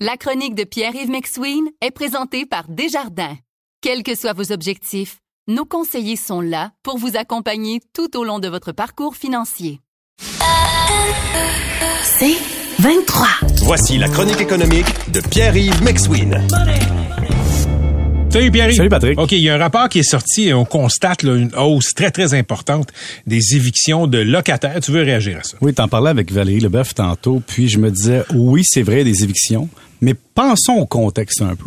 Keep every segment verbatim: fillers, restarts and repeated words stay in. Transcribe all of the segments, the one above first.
La chronique de Pierre-Yves McSween est présentée par Desjardins. Quels que soient vos objectifs, nos conseillers sont là pour vous accompagner tout au long de votre parcours financier. C'est vingt-trois. Voici la chronique économique de Pierre-Yves McSween. Salut Pierre-Yves. Salut Patrick. OK, il y a un rapport qui est sorti et on constate là, une hausse très, très importante des évictions de locataires. Tu veux réagir à ça? Oui, t'en parlais avec Valérie Leboeuf tantôt, puis je me disais, oui, c'est vrai, des évictions, mais pensons au contexte un peu.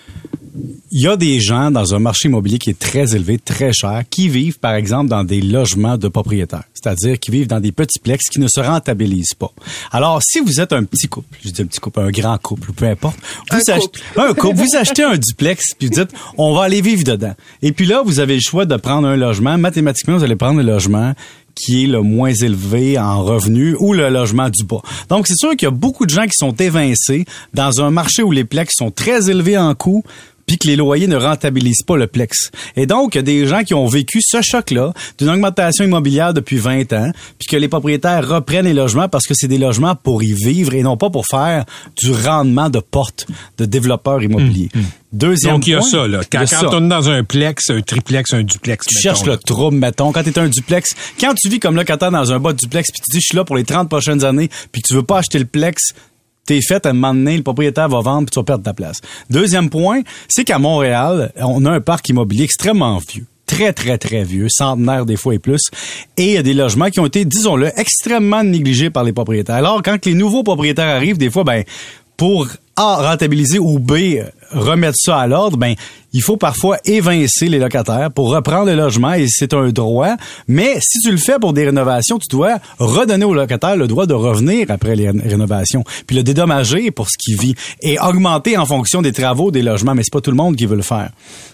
Il y a des gens dans un marché immobilier qui est très élevé, très cher, qui vivent, par exemple, dans des logements de propriétaires. C'est-à-dire qui vivent dans des petits plex qui ne se rentabilisent pas. Alors, si vous êtes un petit couple, je dis un petit couple, un grand couple, peu importe. Vous un, achetez, couple. un couple. Vous achetez un duplex, puis vous dites, on va aller vivre dedans. Et puis là, vous avez le choix de prendre un logement. Mathématiquement, vous allez prendre le logement qui est le moins élevé en revenus ou le logement du bas. Donc, c'est sûr qu'il y a beaucoup de gens qui sont évincés dans un marché où les plex sont très élevés en coût, puis que les loyers ne rentabilisent pas le plex. Et donc, il y a des gens qui ont vécu ce choc-là d'une augmentation immobilière depuis vingt ans, puis que les propriétaires reprennent les logements parce que c'est des logements pour y vivre et non pas pour faire du rendement de porte de développeurs immobiliers. Mmh, mmh. Deuxième Donc, il y a point, ça, là. Quand, quand on est dans un plex, un triplex, un duplex, tu mettons, cherches là. le trouble, mettons. Quand t'es un duplex, quand tu vis comme locataire dans un bas de duplex, puis tu dis, je suis là pour les trente prochaines années, puis tu veux pas acheter le plex, t'es fait à un moment donné, le propriétaire va vendre puis tu vas perdre ta place. Deuxième point, c'est qu'à Montréal, on a un parc immobilier extrêmement vieux. Très, très, très vieux, centenaire des fois et plus. Et il y a des logements qui ont été, disons-le, extrêmement négligés par les propriétaires. Alors, quand les nouveaux propriétaires arrivent, des fois, ben, pour A, rentabiliser ou B, remettre ça à l'ordre, ben, il faut parfois évincer les locataires pour reprendre le logement et c'est un droit. Mais si tu le fais pour des rénovations, tu dois redonner aux locataires le droit de revenir après les rénovations, puis le dédommager pour ce qu'il vit et augmenter en fonction des travaux des logements. Mais c'est pas tout le monde qui veut le faire.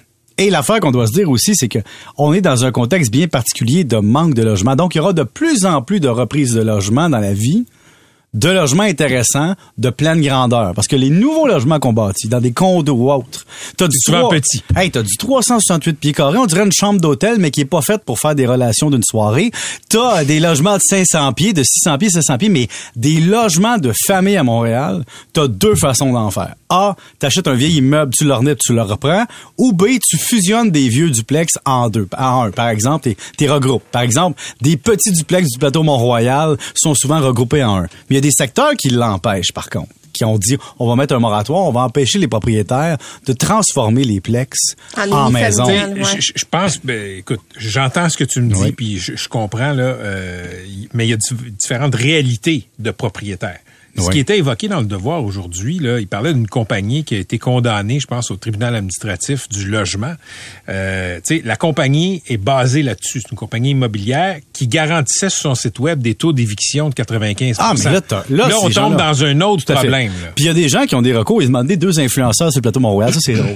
Et l'affaire qu'on doit se dire aussi, c'est que on est dans un contexte bien particulier de manque de logement. Donc, il y aura de plus en plus de reprises de logements dans la vie, de logements intéressants, de pleine grandeur. Parce que les nouveaux logements qu'on bâtit, dans des condos ou autres, t'as du souvent petit. Hey, t'as du trois cent soixante-huit pieds carrés, on dirait une chambre d'hôtel, mais qui est pas faite pour faire des relations d'une soirée. T'as des logements de cinq cents pieds, de six cents pieds, sept cents pieds, mais des logements de famille à Montréal, t'as deux façons d'en faire. A, t'achètes un vieil immeuble, tu le renais, tu le reprends. Ou B, tu fusionnes des vieux duplex en deux, en un. Par exemple, t'es, t'es regroupes. Par exemple, des petits duplex du plateau Mont-Royal sont souvent regroupés en un. Mais il y a des secteurs qui l'empêchent, par contre, qui ont dit, on va mettre un moratoire, on va empêcher les propriétaires de transformer les plex en, en maison. Ouais. Je, je pense, ben, écoute, j'entends ce que tu me dis, oui. Puis je, je comprends, là, euh, mais il y a différentes réalités de propriétaires. Ce oui. qui était évoqué dans Le Devoir aujourd'hui, là, il parlait d'une compagnie qui a été condamnée, je pense, au tribunal administratif du logement. Euh, tu sais, la compagnie est basée là-dessus. C'est une compagnie immobilière qui garantissait sur son site web des taux d'éviction de quatre-vingt-quinze pour cent. Ah, mais là, là, là on tombe dans un autre Tout problème. Puis il y a des gens qui ont des recours. Ils demandaient deux influenceurs sur le plateau Mont-Royal. Ça, c'est drôle.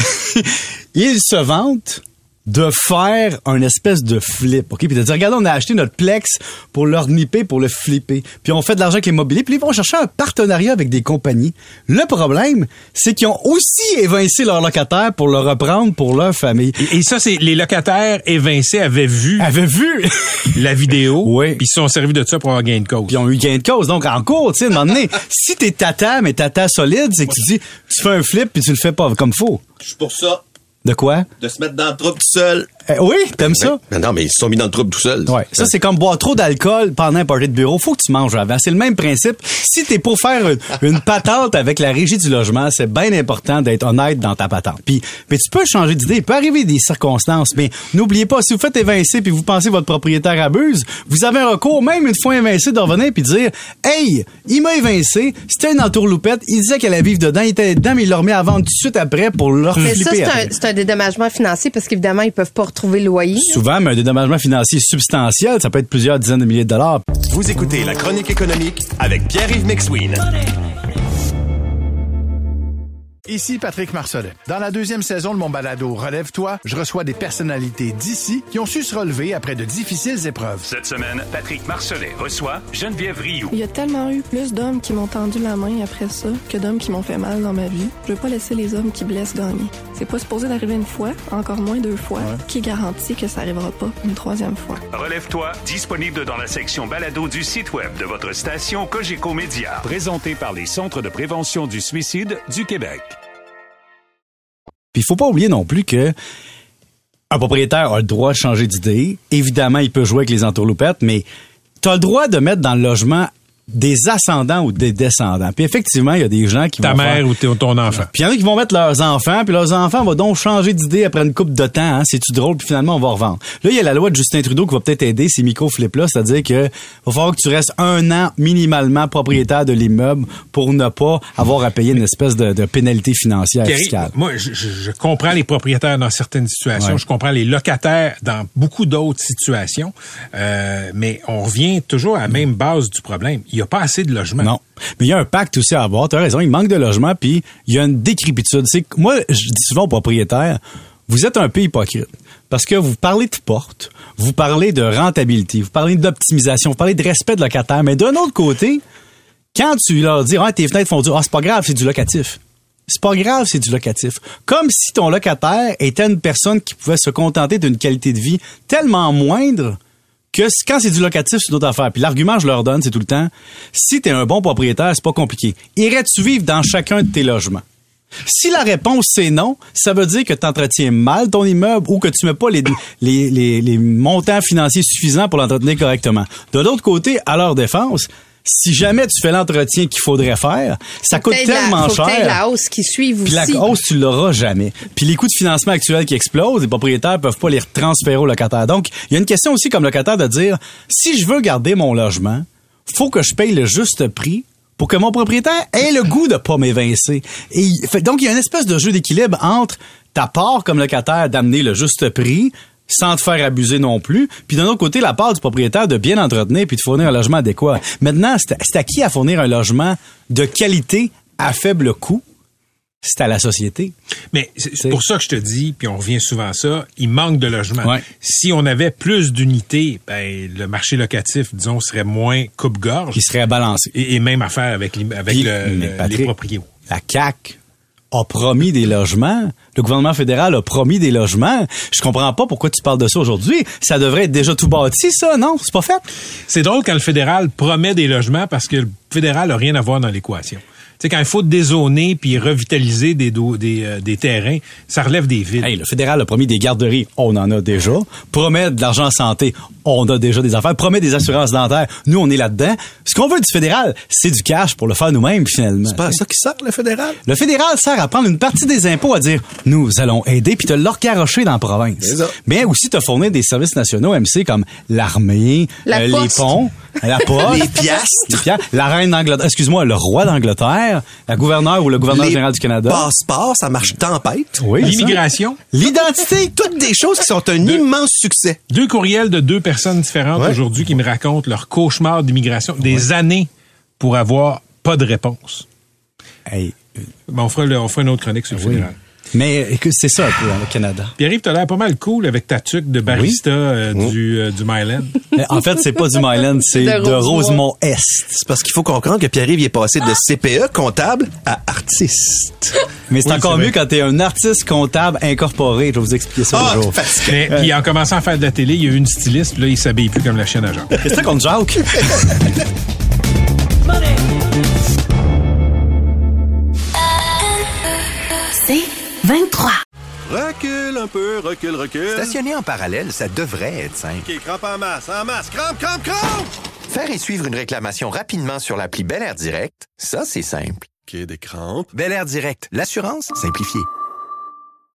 Ils se vantent de faire un espèce de flip, OK? Puis de dire, regardez, on a acheté notre plex pour l'orniper, pour le flipper. Puis on fait de l'argent avec l'immobilier. Puis ils vont chercher un partenariat avec des compagnies. Le problème, c'est qu'ils ont aussi évincé leurs locataires pour le reprendre pour leur famille. Et, et ça, c'est les locataires évincés avaient vu... Avaient vu la vidéo. Oui. Puis ils se sont servis de ça pour avoir gain de cause. Puis ils ont eu gain de cause. Donc, en cours, tu sais, à un moment donné, si t'es tata, mais tata solide, c'est que tu dis, tu fais un flip puis tu le fais pas comme faut. Je suis pour ça. De quoi? De se mettre dans le trouble tout seul. Euh, oui, t'aimes ça? Mais, mais non, mais ils se sont mis dans le trouble tout seul. Ouais. Ça, c'est comme boire trop d'alcool pendant un party de bureau. Faut que tu manges avant. C'est le même principe. Si t'es pour faire une, une patente avec la régie du logement, c'est bien important d'être honnête dans ta patente. Puis, mais tu peux changer d'idée. Il peut arriver des circonstances. Mais n'oubliez pas, si vous faites évincer puis vous pensez que votre propriétaire abuse, vous avez un recours, même une fois évincé, de revenir puis dire, hey, il m'a évincé. C'était une entourloupette. Il disait qu'elle allait vivre dedans. Il était dedans, mais il l'a remis à vendre tout de suite après pour leur mais flipper. Ça, c'est un, c'est un dédommagement financier parce qu'évidemment, ils peuvent pas retrouver le loyer. Souvent, mais un dédommagement financier substantiel, ça peut être plusieurs dizaines de milliers de dollars. Vous écoutez La Chronique économique avec Pierre-Yves McSween. Ici Patrick Marcelet. Dans la deuxième saison de mon balado Relève-toi, je reçois des personnalités d'ici qui ont su se relever après de difficiles épreuves. Cette semaine, Patrick Marcelet reçoit Geneviève Rioux. Il y a tellement eu plus d'hommes qui m'ont tendu la main après ça que d'hommes qui m'ont fait mal dans ma vie. Je veux pas laisser les hommes qui blessent gagner. C'est pas supposé d'arriver une fois, encore moins deux fois. Ouais. Qui garantit que ça arrivera pas une troisième fois? Relève-toi, disponible dans la section balado du site web de votre station Cogeco Média. Présenté par les Centres de prévention du suicide du Québec. Puis il faut pas oublier non plus que un propriétaire a le droit de changer d'idée. Évidemment, il peut jouer avec les entourloupettes, mais tu as le droit de mettre dans le logement des ascendants ou des descendants. Puis effectivement, il y a des gens qui Ta vont mère faire... ou ton enfant. Puis il y en a qui vont mettre leurs enfants, puis leurs enfants vont donc changer d'idée après une couple de temps. Hein. C'est-tu drôle? Puis finalement, on va revendre. Là, il y a la loi de Justin Trudeau qui va peut-être aider ces micro-flips-là, c'est-à-dire que va falloir que tu restes un an minimalement propriétaire de l'immeuble pour ne pas avoir à payer une espèce de, de pénalité financière Thierry, fiscale. Moi, je, je comprends les propriétaires dans certaines situations, ouais. Je comprends les locataires dans beaucoup d'autres situations, euh, mais on revient toujours à la même base du problème. Il n'y a pas assez de logements. Non. Mais il y a un pacte aussi à avoir. Tu as raison, il manque de logements, puis il y a une décrépitude. C'est que moi, je dis souvent aux propriétaires, vous êtes un peu hypocrite. Parce que vous parlez de porte, vous parlez de rentabilité, vous parlez d'optimisation, vous parlez de respect de locataire. Mais d'un autre côté, quand tu leur dis, ah, tes fenêtres font du, ah, c'est pas grave, c'est du locatif. C'est pas grave, c'est du locatif. Comme si ton locataire était une personne qui pouvait se contenter d'une qualité de vie tellement moindre que quand c'est du locatif, c'est une autre affaire. Puis l'argument que je leur donne, c'est tout le temps, si t'es un bon propriétaire, c'est pas compliqué. Irais-tu vivre dans chacun de tes logements? Si la réponse c'est non, ça veut dire que tu entretiens mal ton immeuble ou que tu mets pas les, les, les, les montants financiers suffisants pour l'entretenir correctement. De l'autre côté, à leur défense, si jamais tu fais l'entretien qu'il faudrait faire, ça coûte tellement la, faut cher. Faut la hausse qui suit aussi. Puis la hausse, tu l'auras jamais. Puis les coûts de financement actuels qui explosent, les propriétaires peuvent pas les transférer aux locataires. Donc, il y a une question aussi comme locataire de dire, si je veux garder mon logement, faut que je paye le juste prix pour que mon propriétaire ait le goût de pas m'évincer. Et donc, il y a une espèce de jeu d'équilibre entre ta part comme locataire d'amener le juste prix, sans te faire abuser non plus. Puis d'un autre côté, la part du propriétaire de bien entretenir puis de fournir un logement adéquat. Maintenant, c'est à, c'est à qui à fournir un logement de qualité à faible coût? C'est à la société. Mais c'est, c'est pour ça que je te dis, puis on revient souvent à ça, il manque de logements. Ouais. Si on avait plus d'unités, ben le marché locatif, disons, serait moins coupe-gorge. Il serait balancé. Et, et même affaire avec, les, avec puis, le, le, Patrick, les propriétaires. La C A Q a promis des logements. Le gouvernement fédéral a promis des logements. Je comprends pas pourquoi tu parles de ça aujourd'hui. Ça devrait être déjà tout bâti, ça, non? C'est pas fait? C'est drôle quand le fédéral promet des logements parce que le fédéral a rien à voir dans l'équation. Tu sais, quand il faut dézoner puis revitaliser des, do- des, euh, des terrains, ça relève des villes. Hey, le fédéral a promis des garderies, on en a déjà. Promet de l'argent santé, on a déjà des affaires. Promet des assurances dentaires, nous, on est là-dedans. Ce qu'on veut du fédéral, c'est du cash pour le faire nous-mêmes, finalement. C'est pas à ça qui sert, le fédéral? Le fédéral sert à prendre une partie des impôts, à dire, nous allons aider, puis te l'orgarocher dans la province. Mais aussi te fournir des services nationaux, M C, comme l'armée, la euh, les ponts, la poste, les piastres, les piastres, la reine d'Angleterre, excuse-moi, le roi d'Angleterre, la gouverneure ou le gouverneur les général du Canada. Passeports, ça marche tempête. Oui, l'immigration. L'identité, toutes des choses qui sont un deux, immense succès. Deux courriels de deux personnes différentes ouais. aujourd'hui qui me racontent leur cauchemar d'immigration, des ouais. années pour avoir pas de réponse. Hey. Ben, on, fera le, on fera une autre chronique sur le oui. fédéral. Mais écoute, c'est ça un peu dans le Canada. Pierre-Yves, t'as l'air pas mal cool avec ta tuque de barista oui. euh, mmh. du, euh, du Myland. En fait, c'est pas du Myland, c'est de, de Rosemont-Est. C'est parce qu'il faut comprendre que Pierre-Yves est passé de C P E, comptable, à artiste. Mais c'est oui, encore c'est mieux quand t'es un artiste comptable incorporé. Je vais vous expliquer ça ah, un jour. Mais, euh, puis en commençant à faire de la télé, il y a eu une styliste, puis là, il s'habille plus comme la chienne à Jacques. Qu'est-ce que contre Jacques? C'est vingt-trois. Recule un peu, recule, recule. Stationner en parallèle, ça devrait être simple. OK, crampe en masse, en masse, crampe, crampe, crampe! Faire et suivre une réclamation rapidement sur l'appli Bel Air Direct, ça, c'est simple. OK, des crampes. Bel Air Direct, l'assurance simplifiée.